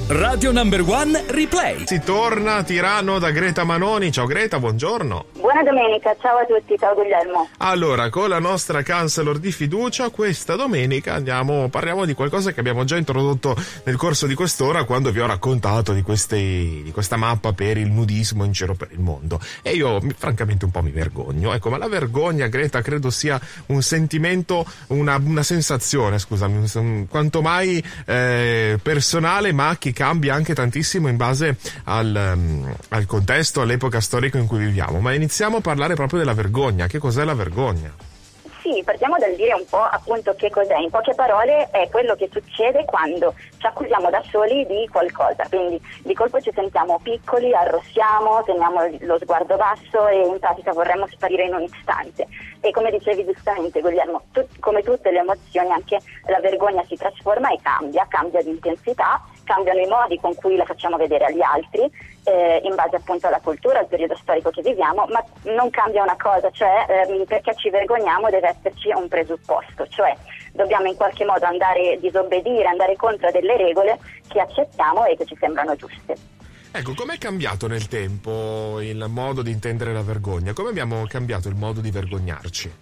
Radio Number One Replay. Si torna a Tirano da Greta Manoni. Ciao Greta, buongiorno. Buona domenica, ciao a tutti, ciao Guglielmo. Allora, con la nostra counselor di fiducia, questa domenica parliamo di qualcosa che abbiamo già introdotto nel corso di quest'ora, quando vi ho raccontato di questa mappa per il nudismo in giro per il mondo. E io francamente un po' mi vergogno. Ecco, ma la vergogna, Greta, credo sia un sentimento, una sensazione, scusami, quanto mai personale, ma che cambia anche tantissimo in base al contesto, all'epoca storica in cui viviamo. Ma iniziamo a parlare proprio della vergogna. Che cos'è la vergogna? Sì, partiamo dal dire un po' appunto che cos'è. In poche parole è quello che succede quando ci accusiamo da soli di qualcosa, quindi di colpo ci sentiamo piccoli, arrossiamo, teniamo lo sguardo basso e in pratica vorremmo sparire in un istante. E come dicevi giustamente Guglielmo, come tutte le emozioni anche la vergogna si trasforma e cambia di intensità, cambiano i modi con cui la facciamo vedere agli altri, in base appunto alla cultura, al periodo storico che viviamo, ma non cambia una cosa, cioè perché ci vergogniamo deve esserci un presupposto, cioè dobbiamo in qualche modo disobbedire, andare contro delle regole che accettiamo e che ci sembrano giuste. Ecco, com'è cambiato nel tempo il modo di intendere la vergogna? Come abbiamo cambiato il modo di vergognarci?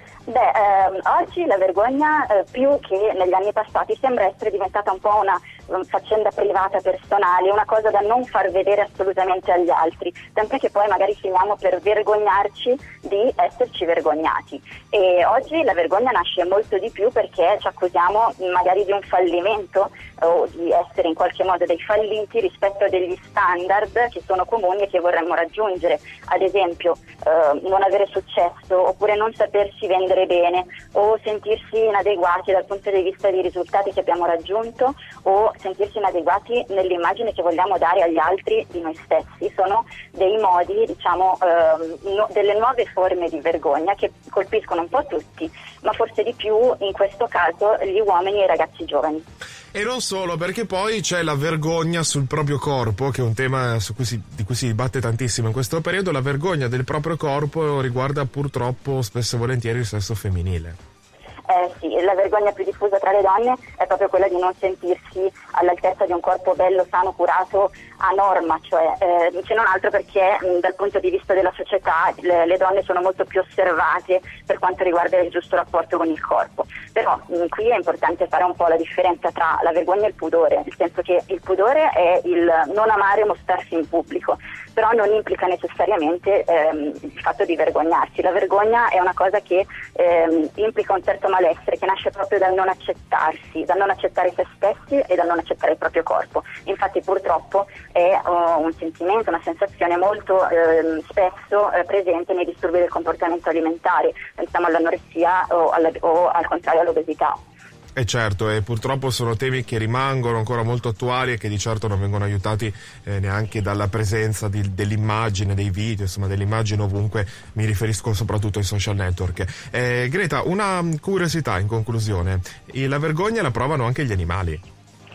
Oggi la vergogna più che negli anni passati sembra essere diventata un po' una faccenda privata, personale, una cosa da non far vedere assolutamente agli altri, tant'è che poi magari finiamo per vergognarci di esserci vergognati. E oggi la vergogna nasce molto di più perché ci accusiamo magari di un fallimento o di essere in qualche modo dei falliti rispetto a degli standard che sono comuni e che vorremmo raggiungere, ad esempio non avere successo oppure non sapersi vendere bene o sentirsi inadeguati dal punto di vista dei risultati che abbiamo raggiunto o sentirsi inadeguati nell'immagine che vogliamo dare agli altri di noi stessi. Sono dei modi, delle nuove forme di vergogna che colpiscono un po' tutti, ma forse di più in questo caso gli uomini e i ragazzi giovani. E non solo, perché poi c'è la vergogna sul proprio corpo, che è un tema di cui si dibatte tantissimo in questo periodo. La vergogna del proprio corpo riguarda purtroppo spesso e volentieri il sesso femminile. Sì, la vergogna più diffusa tra le donne è proprio quella di non sentirsi all'altezza di un corpo bello, sano, curato, a norma, cioè se non altro perché dal punto di vista della società le donne sono molto più osservate per quanto riguarda il giusto rapporto con il corpo. Però qui è importante fare un po' la differenza tra la vergogna e il pudore, nel senso che il pudore è il non amare mostrarsi in pubblico, però non implica necessariamente il fatto di vergognarsi. La vergogna è una cosa che implica un certo malessere che nasce proprio dal non accettarsi, dal non accettare se stessi e dal non accettare il proprio corpo. Infatti purtroppo è un sentimento, una sensazione molto spesso presente nei disturbi del comportamento alimentare, pensiamo all'anoressia o al contrario all'obesità. E certo, e purtroppo sono temi che rimangono ancora molto attuali e che di certo non vengono aiutati neanche dalla presenza dell'immagine, dei video, insomma dell'immagine ovunque, mi riferisco soprattutto ai social network. Greta, una curiosità in conclusione, la vergogna la provano anche gli animali.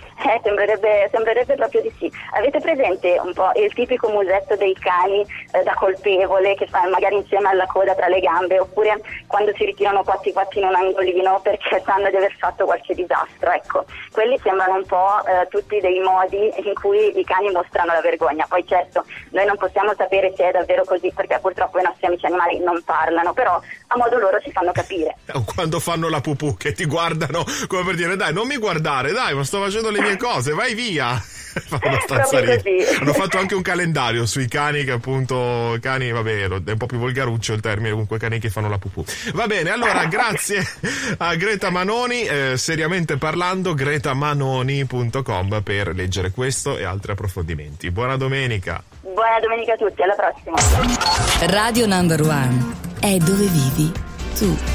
Sembrerebbe proprio di sì. Avete presente un po' il tipico musetto dei cani da colpevole che fa magari insieme alla coda tra le gambe, oppure quando si ritirano quatti in un angolino perché sanno di aver fatto qualche disastro? Ecco, quelli sembrano un po' tutti dei modi in cui i cani mostrano la vergogna. Poi certo, noi non possiamo sapere se è davvero così perché purtroppo i nostri amici animali non parlano, però a modo loro ci fanno capire. O quando fanno la pupù che ti guardano come per dire dai non mi guardare, dai ma sto facendo le mie cose, vai via. Hanno fatto anche un calendario sui cani che appunto vabbè è un po' più volgaruccio il termine, comunque cani che fanno la pupù. Va bene, allora grazie a Greta Manoni, seriamente parlando gretamanoni.com per leggere questo e altri approfondimenti. Buona domenica a tutti, alla prossima. Radio Number One è dove vivi tu.